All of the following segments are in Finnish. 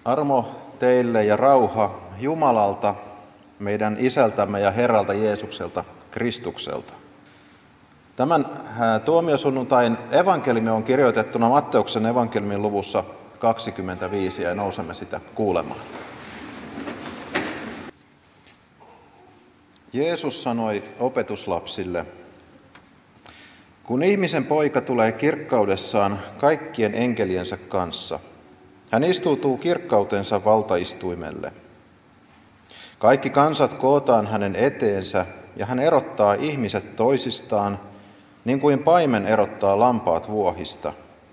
Armo teille ja rauha Jumalalta, meidän Isältämme ja Herralta Jeesukselta, Kristukselta. Tämän tuomiosunnuntain evankeliumi on kirjoitettuna Matteuksen evankeliumin luvussa 25 ja nousemme sitä kuulemaan. Jeesus sanoi opetuslapsille, kun ihmisen poika tulee kirkkaudessaan kaikkien enkeliensä kanssa, hän istuutuu kirkkautensa valtaistuimelle. Kaikki kansat kootaan hänen eteensä ja hän erottaa ihmiset toisistaan, niin kuin paimen erottaa lampaat vuohista.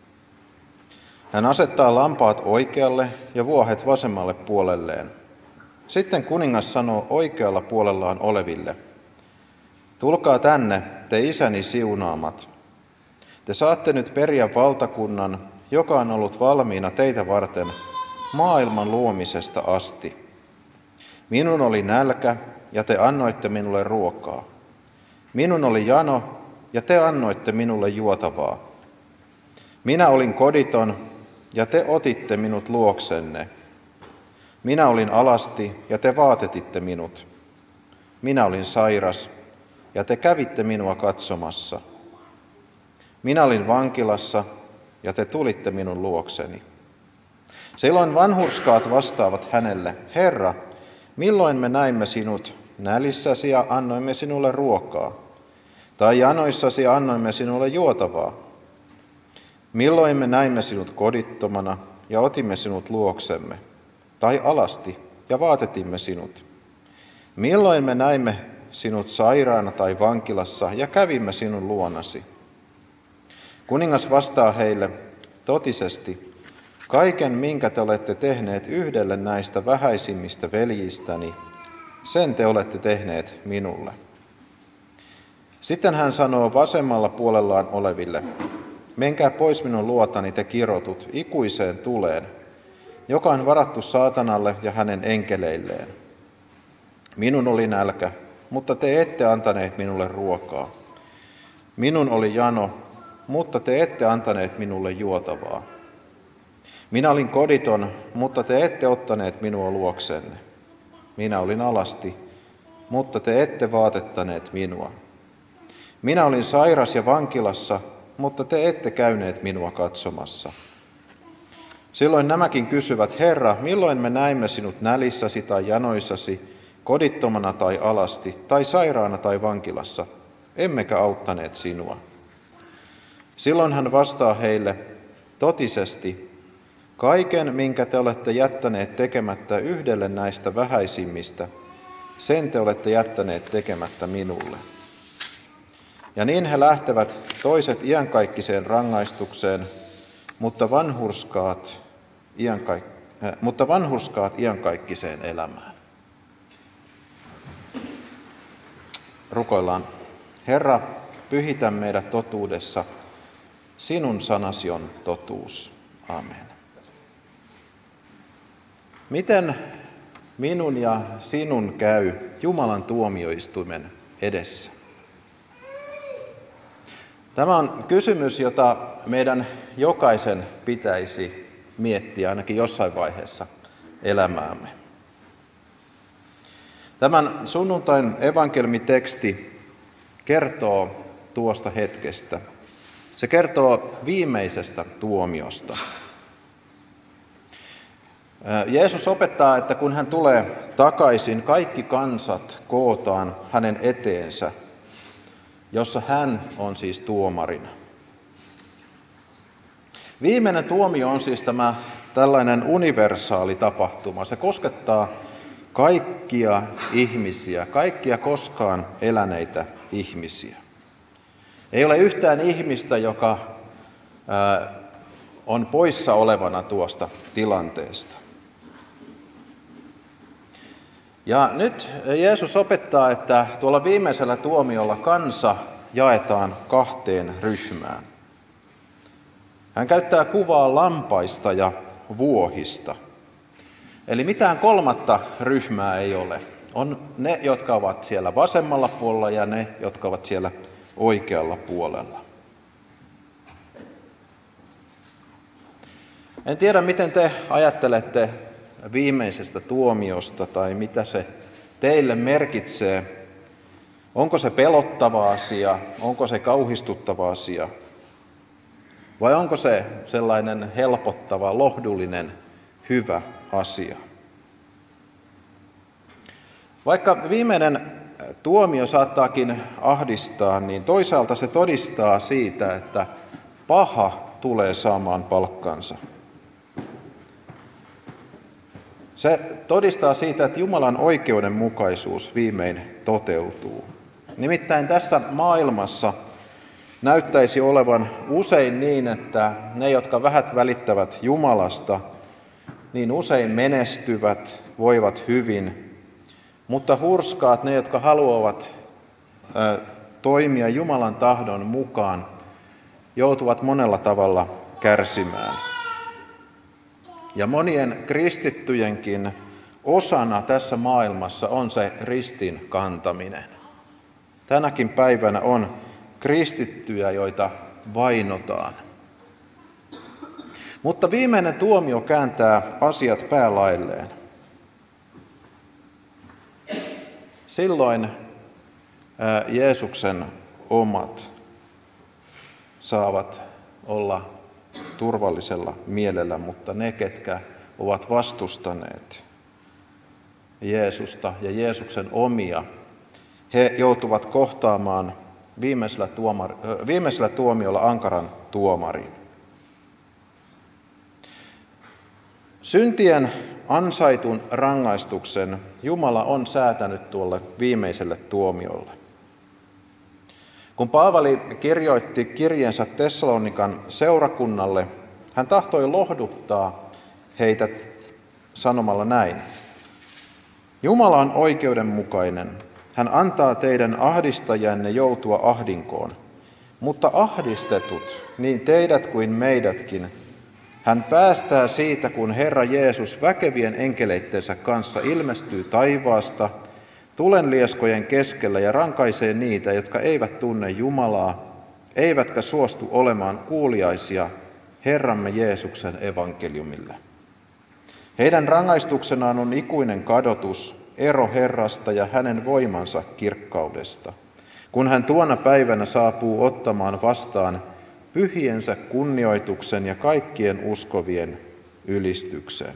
Hän asettaa lampaat oikealle ja vuohet vasemmalle puolelleen. Sitten kuningas sanoo oikealla puolellaan oleville, tulkaa tänne, te isäni siunaamat. Te saatte nyt periä valtakunnan, joka on ollut valmiina teitä varten maailman luomisesta asti. Minun oli nälkä, ja te annoitte minulle ruokaa. Minun oli jano, ja te annoitte minulle juotavaa. Minä olin koditon, ja te otitte minut luoksenne. Minä olin alasti, ja te vaatetitte minut. Minä olin sairas, ja te kävitte minua katsomassa. Minä olin vankilassa, ja te tulitte minun luokseni. Silloin vanhurskaat vastaavat hänelle, Herra, milloin me näimme sinut nälissäsi ja annoimme sinulle ruokaa, tai janoissasi ja annoimme sinulle juotavaa? Milloin me näimme sinut kodittomana ja otimme sinut luoksemme, tai alasti ja vaatetimme sinut? Milloin me näimme sinut sairaana tai vankilassa ja kävimme sinun luonasi? Kuningas vastaa heille, totisesti, kaiken minkä te olette tehneet yhdelle näistä vähäisimmistä veljistäni, sen te olette tehneet minulle. Sitten hän sanoo vasemmalla puolellaan oleville, menkää pois minun luotani te kirotut ikuiseen tuleen, joka on varattu saatanalle ja hänen enkeleilleen. Minun oli nälkä, mutta te ette antaneet minulle ruokaa. Minun oli jano, mutta te ette antaneet minulle juotavaa. Minä olin koditon, mutta te ette ottaneet minua luoksenne. Minä olin alasti, mutta te ette vaatettaneet minua. Minä olin sairas ja vankilassa, mutta te ette käyneet minua katsomassa. Silloin nämäkin kysyvät, Herra, milloin me näimme sinut nälissäsi tai janoissasi, kodittomana tai alasti, tai sairaana tai vankilassa, emmekä auttaneet sinua? Silloin hän vastaa heille, totisesti, kaiken minkä te olette jättäneet tekemättä yhdelle näistä vähäisimmistä, sen te olette jättäneet tekemättä minulle. Ja niin he lähtevät toiset iankaikkiseen rangaistukseen, mutta vanhurskaat iankaikkiseen elämään. Rukoillaan. Herra, pyhitä meidät totuudessa. Sinun sanasi on totuus. Amen. Miten minun ja sinun käy Jumalan tuomioistuimen edessä? Tämä on kysymys, jota meidän jokaisen pitäisi miettiä ainakin jossain vaiheessa elämäämme. Tämän sunnuntain evankeliumiteksti kertoo tuosta hetkestä. Se kertoo viimeisestä tuomiosta. Jeesus opettaa, että kun hän tulee takaisin, kaikki kansat kootaan hänen eteensä, jossa hän on siis tuomarina. Viimeinen tuomio on siis tämä tällainen universaali tapahtuma. Se koskettaa kaikkia ihmisiä, kaikkia koskaan eläneitä ihmisiä. Ei ole yhtään ihmistä, joka on poissa olevana tuosta tilanteesta. Ja nyt Jeesus opettaa, että tuolla viimeisellä tuomiolla kansa jaetaan kahteen ryhmään. Hän käyttää kuvaa lampaista ja vuohista. Eli mitään kolmatta ryhmää ei ole. On ne, jotka ovat siellä vasemmalla puolella ja ne, jotka ovat siellä oikealla puolella. En tiedä, miten te ajattelette viimeisestä tuomiosta tai mitä se teille merkitsee? Onko se pelottava asia? Onko se kauhistuttava asia? Vai onko se sellainen helpottava, lohdullinen, hyvä asia? Vaikka viimeinen tuomio saattaakin ahdistaa, niin toisaalta se todistaa siitä, että paha tulee saamaan palkkansa. Se todistaa siitä, että Jumalan oikeudenmukaisuus viimein toteutuu. Nimittäin tässä maailmassa näyttäisi olevan usein niin, että ne, jotka vähät välittävät Jumalasta, niin usein menestyvät, voivat hyvin, mutta hurskaat, ne, jotka haluavat toimia Jumalan tahdon mukaan, joutuvat monella tavalla kärsimään. Ja monien kristittyjenkin osana tässä maailmassa on se ristin kantaminen. Tänäkin päivänä on kristittyjä, joita vainotaan. Mutta viimeinen tuomio kääntää asiat päälailleen. Silloin Jeesuksen omat saavat olla turvallisella mielellä, mutta ne, ketkä ovat vastustaneet Jeesusta ja Jeesuksen omia, he joutuvat kohtaamaan viimeisellä tuomiolla ankaran tuomarin. Syntien ansaitun rangaistuksen Jumala on säätänyt tuolle viimeiselle tuomiolle. Kun Paavali kirjoitti kirjeensä Tessalonikan seurakunnalle, hän tahtoi lohduttaa heitä sanomalla näin. Jumala on oikeudenmukainen. Hän antaa teidän ahdistajanne joutua ahdinkoon, mutta ahdistetut, niin teidät kuin meidätkin, hän päästää siitä, kun Herra Jeesus väkevien enkeleittensä kanssa ilmestyy taivaasta, tulenlieskojen keskellä ja rankaisee niitä, jotka eivät tunne Jumalaa, eivätkä suostu olemaan kuuliaisia Herramme Jeesuksen evankeliumille. Heidän rangaistuksenaan on ikuinen kadotus, ero Herrasta ja hänen voimansa kirkkaudesta, kun hän tuona päivänä saapuu ottamaan vastaan pyhiensä kunnioituksen ja kaikkien uskovien ylistyksen.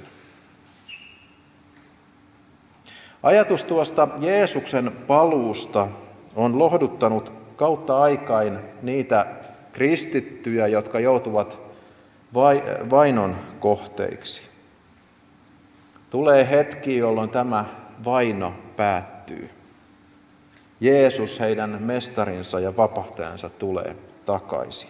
Ajatus tuosta Jeesuksen paluusta on lohduttanut kautta aikain niitä kristittyjä, jotka joutuvat vainon kohteiksi. Tulee hetki, jolloin tämä vaino päättyy. Jeesus, heidän mestarinsa ja vapahtajansa, tulee takaisin.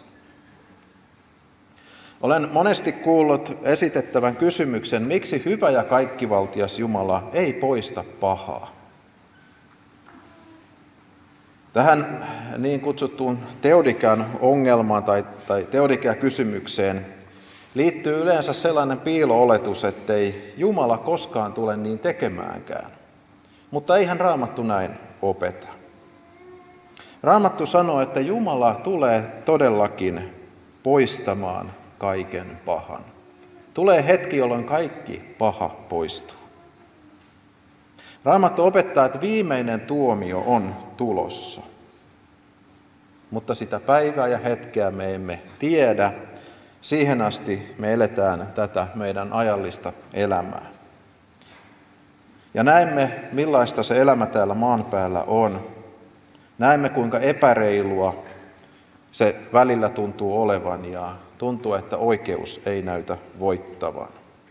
Olen monesti kuullut esitettävän kysymyksen, miksi hyvä ja kaikkivaltias Jumala ei poista pahaa. Tähän niin kutsuttuun teodikan ongelmaan tai teodikia-kysymykseen liittyy yleensä sellainen piilo-oletus, ettei Jumala koskaan tule niin tekemäänkään. Mutta eihän Raamattu näin opeta. Raamattu sanoo, että Jumala tulee todellakin poistamaan kaiken pahan. Tulee hetki, jolloin kaikki paha poistuu. Raamattu opettaa, että viimeinen tuomio on tulossa. Mutta sitä päivää ja hetkeä me emme tiedä. Siihen asti me eletään tätä meidän ajallista elämää. Ja näemme, millaista se elämä täällä maan päällä on. Näemme, kuinka epäreilua se välillä tuntuu olevan ja tuntuu, että oikeus ei näytä voittavan.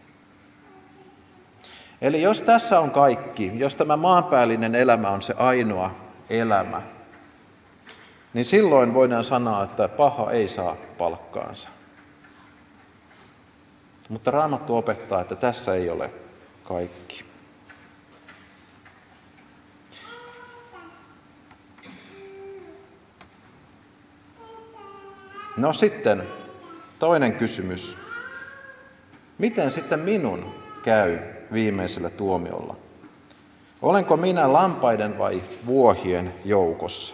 Eli jos tässä on kaikki, jos tämä maanpäällinen elämä on se ainoa elämä, niin silloin voidaan sanoa, että paha ei saa palkkaansa. Mutta Raamattu opettaa, että tässä ei ole kaikki. No sitten toinen kysymys. Miten sitten minun käy viimeisellä tuomiolla? Olenko minä lampaiden vai vuohien joukossa?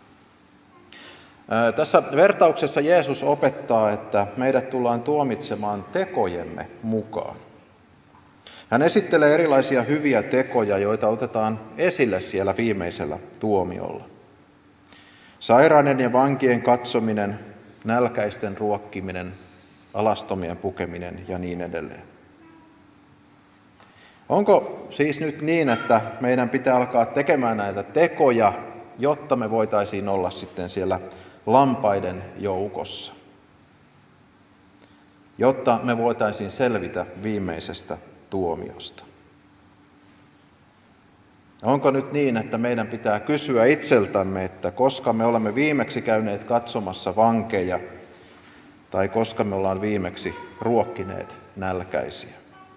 Tässä vertauksessa Jeesus opettaa, että meidät tullaan tuomitsemaan tekojemme mukaan. Hän esittelee erilaisia hyviä tekoja, joita otetaan esille siellä viimeisellä tuomiolla. Sairaiden ja vankien katsominen, nälkäisten ruokkiminen, alastomien pukeminen ja niin edelleen. Onko siis nyt niin, että meidän pitää alkaa tekemään näitä tekoja, jotta me voitaisiin olla sitten siellä lampaiden joukossa? Jotta me voitaisiin selvitä viimeisestä tuomiosta. Onko nyt niin, että meidän pitää kysyä itseltämme, että koska me olemme viimeksi käyneet katsomassa vankeja, tai koska me ollaan viimeksi ruokkineet nälkäisiä?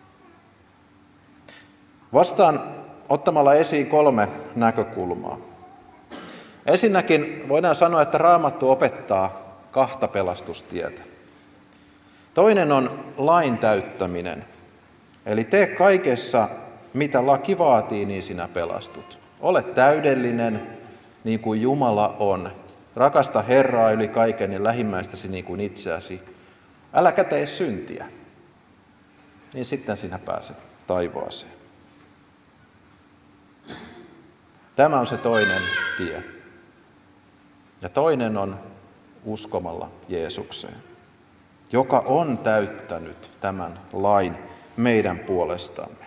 Vastaan ottamalla esiin 3 näkökulmaa. Ensinnäkin voidaan sanoa, että Raamattu opettaa 2 pelastustietä. Toinen on lain täyttäminen. Eli tee kaikessa, mitä laki vaatii, niin sinä pelastut. Ole täydellinen, niin kuin Jumala on. Rakasta Herraa yli kaiken ja lähimmäistäsi niin kuin itseäsi. Äläkä tee syntiä. Niin sitten sinä pääset taivaaseen. Tämä on se toinen tie. Ja toinen on uskomalla Jeesukseen, joka on täyttänyt tämän lain meidän puolestamme.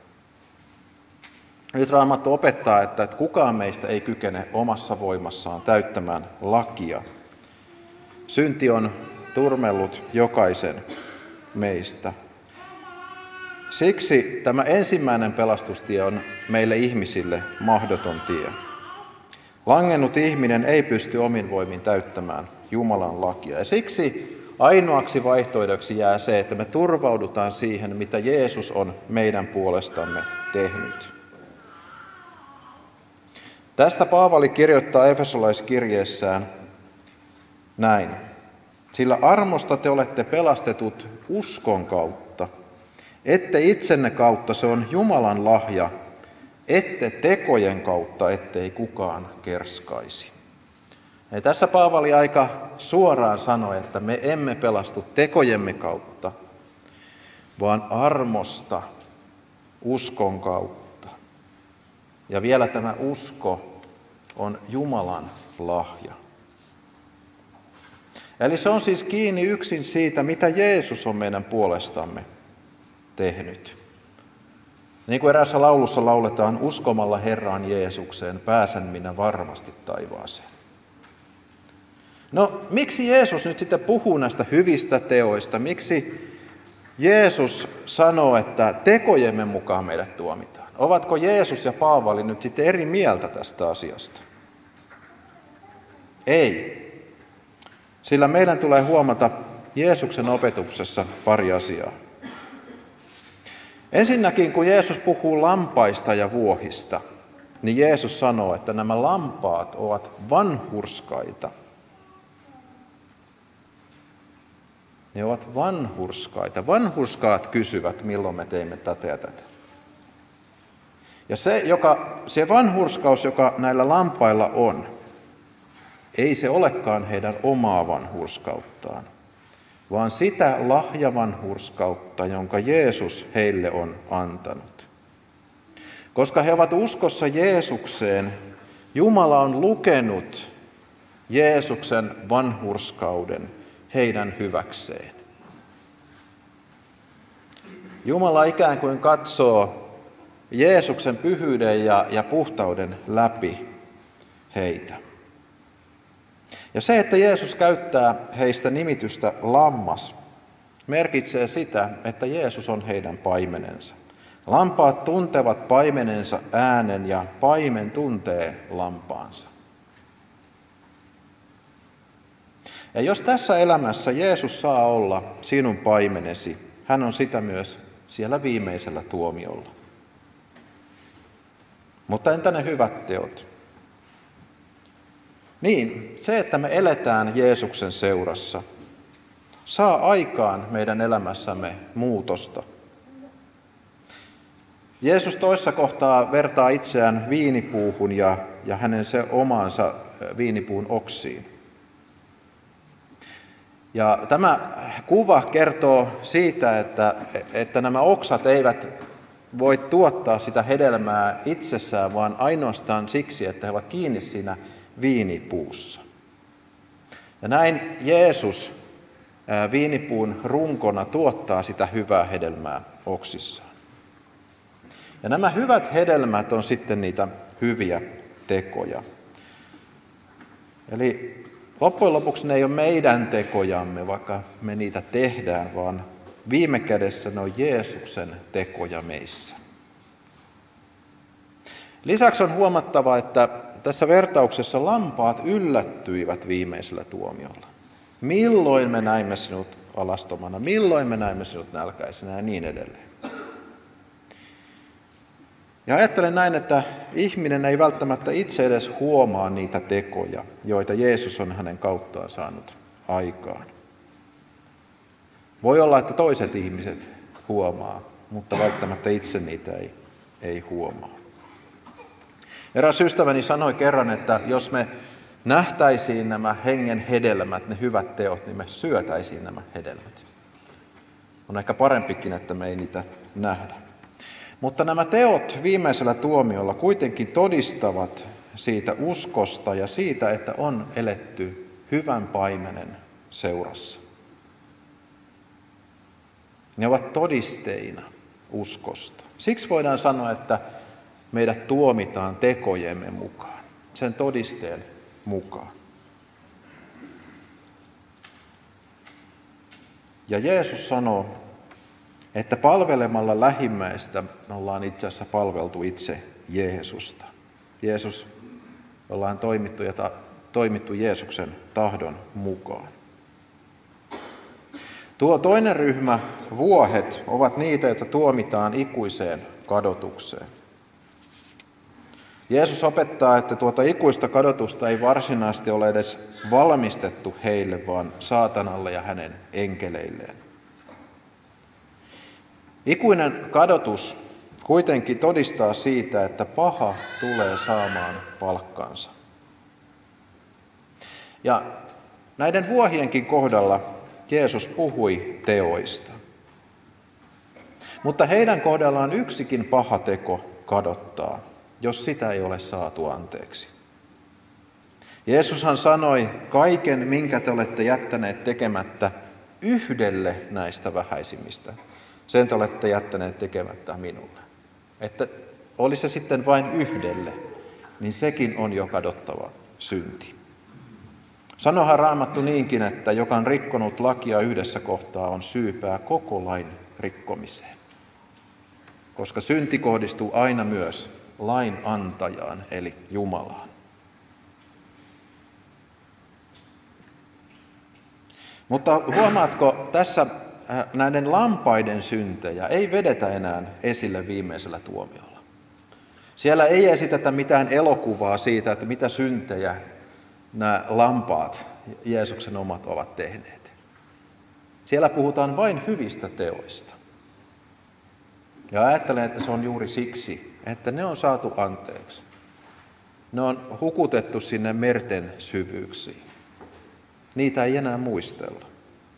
Nyt Raamattu opettaa, että kukaan meistä ei kykene omassa voimassaan täyttämään lakia. Synti on turmellut jokaisen meistä. Siksi tämä ensimmäinen pelastustie on meille ihmisille mahdoton tie. Langennut ihminen ei pysty omin voimin täyttämään Jumalan lakia. Ja siksi ainoaksi vaihtoehdoksi jää se, että me turvaudutaan siihen, mitä Jeesus on meidän puolestamme tehnyt. Tästä Paavali kirjoittaa Efesolaiskirjeessään näin. Sillä armosta te olette pelastetut uskon kautta. Ette itsenne kautta, se on Jumalan lahja, ette tekojen kautta, ettei kukaan kerskaisi. Ja tässä Paavali aika suoraan sanoi, että me emme pelastu tekojemme kautta, vaan armosta uskon kautta. Ja vielä tämä usko on Jumalan lahja. Eli se on siis kiinni yksin siitä, mitä Jeesus on meidän puolestamme tehnyt. Niin kuin eräässä laulussa lauletaan, uskomalla Herraan Jeesukseen pääsen minä varmasti taivaaseen. No, miksi Jeesus nyt sitten puhuu näistä hyvistä teoista? Miksi Jeesus sanoo, että tekojemme mukaan meidät tuomitaan? Ovatko Jeesus ja Paavali nyt sitten eri mieltä tästä asiasta? Ei. Sillä meidän tulee huomata Jeesuksen opetuksessa pari asiaa. Ensinnäkin, kun Jeesus puhuu lampaista ja vuohista, niin Jeesus sanoo, että nämä lampaat ovat vanhurskaita. Ne ovat vanhurskaita. Vanhurskaat kysyvät, milloin me teimme tätä ja tätä. Ja se vanhurskaus, joka näillä lampailla on, ei se olekaan heidän omaa vanhurskauttaan, vaan sitä lahjavanhurskautta, jonka Jeesus heille on antanut. Koska he ovat uskossa Jeesukseen, Jumala on lukenut Jeesuksen vanhurskauden heidän hyväkseen. Jumala ikään kuin katsoo Jeesuksen pyhyyden ja puhtauden läpi heitä. Ja se, että Jeesus käyttää heistä nimitystä lammas, merkitsee sitä, että Jeesus on heidän paimenensa. Lampaat tuntevat paimenensa äänen ja paimen tuntee lampaansa. Ja jos tässä elämässä Jeesus saa olla sinun paimenesi, hän on sitä myös siellä viimeisellä tuomiolla. Mutta entä ne hyvät teot? Niin, se, että me eletään Jeesuksen seurassa, saa aikaan meidän elämässämme muutosta. Jeesus toissa kohtaa vertaa itseään viinipuuhun ja hänen se omaansa viinipuun oksiin. Ja tämä kuva kertoo siitä, että nämä oksat eivät voi tuottaa sitä hedelmää itsessään, vaan ainoastaan siksi, että he ovat kiinni siinä viinipuussa. Ja näin Jeesus viinipuun runkona tuottaa sitä hyvää hedelmää oksissaan. Ja nämä hyvät hedelmät on sitten niitä hyviä tekoja. Eli loppujen lopuksi ne ei ole meidän tekojamme, vaikka me niitä tehdään, vaan viime kädessä ne on Jeesuksen tekoja meissä. Lisäksi on huomattava, että tässä vertauksessa lampaat yllättyivät viimeisellä tuomiolla. Milloin me näimme sinut alastomana, milloin me näimme sinut nälkäisenä ja niin edelleen. Ja ajattelen näin, että ihminen ei välttämättä itse edes huomaa niitä tekoja, joita Jeesus on hänen kauttaan saanut aikaan. Voi olla, että toiset ihmiset huomaa, mutta välttämättä itse niitä ei huomaa. Eräs ystäväni sanoi kerran, että jos me nähtäisiin nämä hengen hedelmät, ne hyvät teot, niin me syötäisiin nämä hedelmät. On ehkä parempikin, että me ei niitä nähdä. Mutta nämä teot viimeisellä tuomiolla kuitenkin todistavat siitä uskosta ja siitä, että on eletty hyvän paimenen seurassa. Ne ovat todisteina uskosta. Siksi voidaan sanoa, että meidät tuomitaan tekojemme mukaan, sen todisteen mukaan. Ja Jeesus sanoo, että palvelemalla lähimmäistä me ollaan itse asiassa palveltu itse Jeesusta. Jeesus ollaan toimittu Jeesuksen tahdon mukaan. Tuo toinen ryhmä, vuohet, ovat niitä, joita tuomitaan ikuiseen kadotukseen. Jeesus opettaa, että tuota ikuista kadotusta ei varsinaisesti ole edes valmistettu heille, vaan saatanalle ja hänen enkeleilleen. Ikuinen kadotus kuitenkin todistaa siitä, että paha tulee saamaan palkkansa. Ja näiden vuohienkin kohdalla Jeesus puhui teoista. Mutta heidän kohdallaan yksikin paha teko kadottaa, jos sitä ei ole saatu anteeksi. Jeesushan sanoi, kaiken minkä te olette jättäneet tekemättä yhdelle näistä vähäisimmistä, sen te olette jättäneet tekemättä minulle. Että oli se sitten vain yhdelle, niin sekin on jo kadottava synti. Sanohan Raamattu niinkin, että joka on rikkonut lakia yhdessä kohtaa on syypää koko lain rikkomiseen. Koska synti kohdistuu aina myös lain antajaan, eli Jumalaan. Mutta huomaatko, tässä näiden lampaiden syntejä ei vedetä enää esille viimeisellä tuomiolla. Siellä ei esitetä mitään elokuvaa siitä, että mitä syntejä nämä lampaat, Jeesuksen omat, ovat tehneet. Siellä puhutaan vain hyvistä teoista. Ja ajattelen, että se on juuri siksi, että ne on saatu anteeksi. Ne on hukutettu sinne merten syvyyksiin. Niitä ei enää muistella.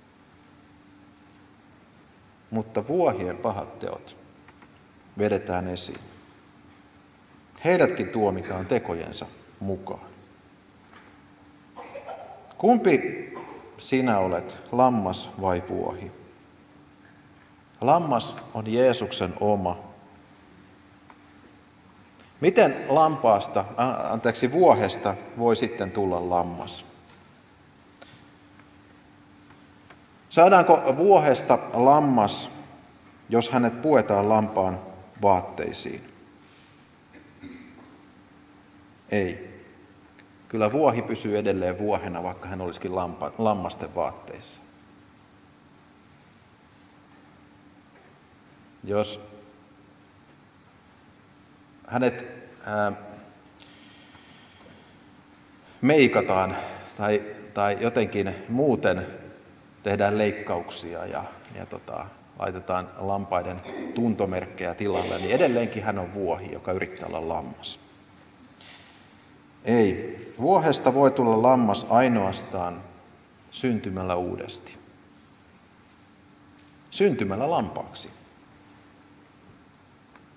Mutta vuohien pahat teot vedetään esiin. Heidätkin tuomitaan tekojensa mukaan. Kumpi sinä olet, lammas vai vuohi? Lammas on Jeesuksen oma. Miten vuohesta voi sitten tulla lammas? Saadaanko vuohesta lammas, jos hänet puetaan lampaan vaatteisiin? Ei. Kyllä vuohi pysyy edelleen vuohena, vaikka hän olisikin lammasten vaatteissa. Jos hänet meikataan tai jotenkin muuten tehdään leikkauksia ja laitetaan lampaiden tuntomerkkejä tilalle, niin edelleenkin hän on vuohi, joka yrittää olla lammas. Ei. Vuohesta voi tulla lammas ainoastaan syntymällä uudesti. Syntymällä lampaaksi.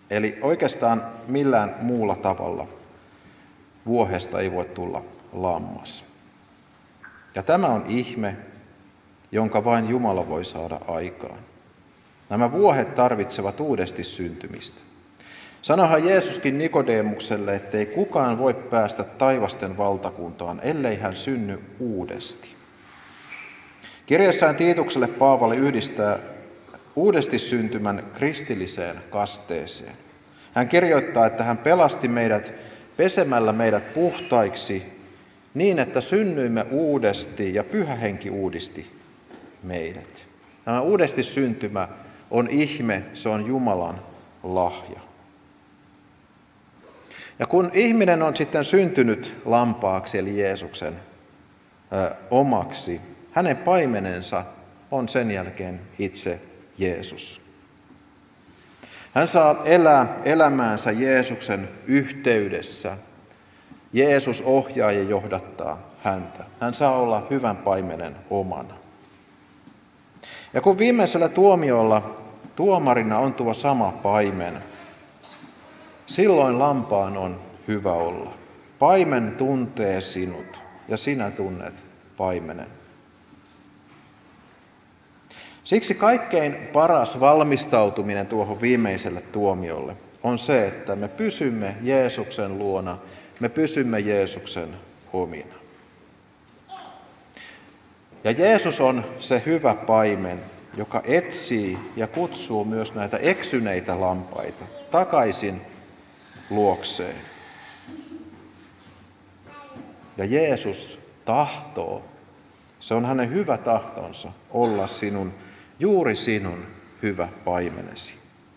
Eli oikeastaan millään muulla tavalla vuohesta ei voi tulla lammas. Ja tämä on ihme, jonka vain Jumala voi saada aikaan. Nämä vuohet tarvitsevat uudesti syntymistä. Sanohan Jeesuskin Nikodemukselle, ettei kukaan voi päästä taivasten valtakuntaan, ellei hän synny uudesti. Kirjassaan Tiitukselle Paavali yhdistää uudesti syntymän kristilliseen kasteeseen. Hän kirjoittaa, että hän pelasti meidät pesemällä meidät puhtaiksi niin, että synnyimme uudesti ja Pyhä Henki uudisti meidät. Tämä uudesti syntymä on ihme, se on Jumalan lahja. Ja kun ihminen on sitten syntynyt lampaaksi, eli Jeesuksen omaksi, hänen paimenensa on sen jälkeen itse Jeesus. Hän saa elää elämäänsä Jeesuksen yhteydessä. Jeesus ohjaa ja johdattaa häntä. Hän saa olla hyvän paimenen omana. Ja kun viimeisellä tuomiolla tuomarina on tuo sama paimen, silloin lampaan on hyvä olla. Paimen tuntee sinut ja sinä tunnet paimenen. Siksi kaikkein paras valmistautuminen tuohon viimeiselle tuomiolle on se, että me pysymme Jeesuksen luona, me pysymme Jeesuksen omina. Ja Jeesus on se hyvä paimen, joka etsii ja kutsuu myös näitä eksyneitä lampaita takaisin luokseen. Ja Jeesus tahtoo, se on hänen hyvä tahtonsa olla juuri sinun hyvä paimenesi.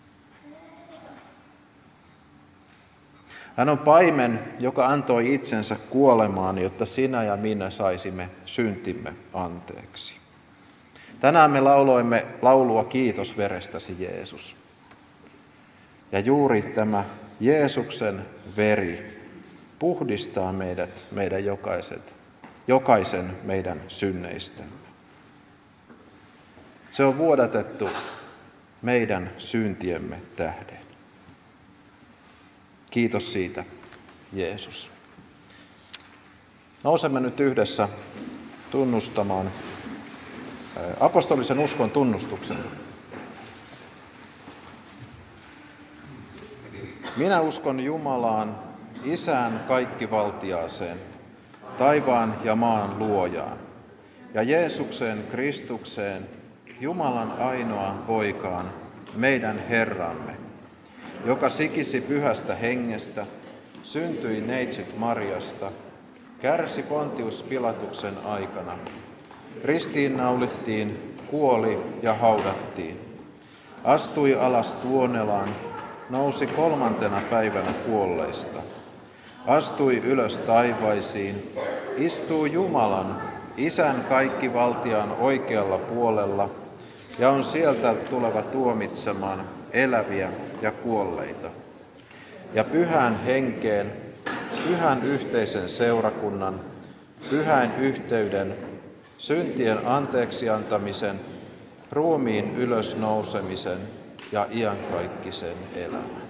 Hän on paimen, joka antoi itsensä kuolemaan, jotta sinä ja minä saisimme syntimme anteeksi. Tänään me lauloimme laulua Kiitos verestäsi Jeesus. Ja juuri tämä Jeesuksen veri puhdistaa meidän jokaisen meidän synneistämme. Se on vuodatettu meidän syntiemme tähden. Kiitos siitä, Jeesus. Nousemme nyt yhdessä tunnustamaan apostolisen uskon tunnustuksen. Minä uskon Jumalaan, Isään kaikkivaltiaaseen, taivaan ja maan luojaan, ja Jeesukseen Kristukseen, Jumalan ainoaan poikaan, meidän Herramme, joka sikisi Pyhästä Hengestä, syntyi neitsyt Marjasta, kärsi Pontius Pilatuksen aikana, ristiinnaulittiin, kuoli ja haudattiin, astui alas tuonelaan, nousi 3. päivänä kuolleista, astui ylös taivaisiin, istuu Jumalan, Isän kaikkivaltiaan oikealla puolella ja on sieltä tuleva tuomitsemaan eläviä ja kuolleita. Ja Pyhän Henkeen, pyhän yhteisen seurakunnan, pyhän yhteyden, syntien anteeksiantamisen, ruumiin ylösnousemisen ja iankaikkisen elämän.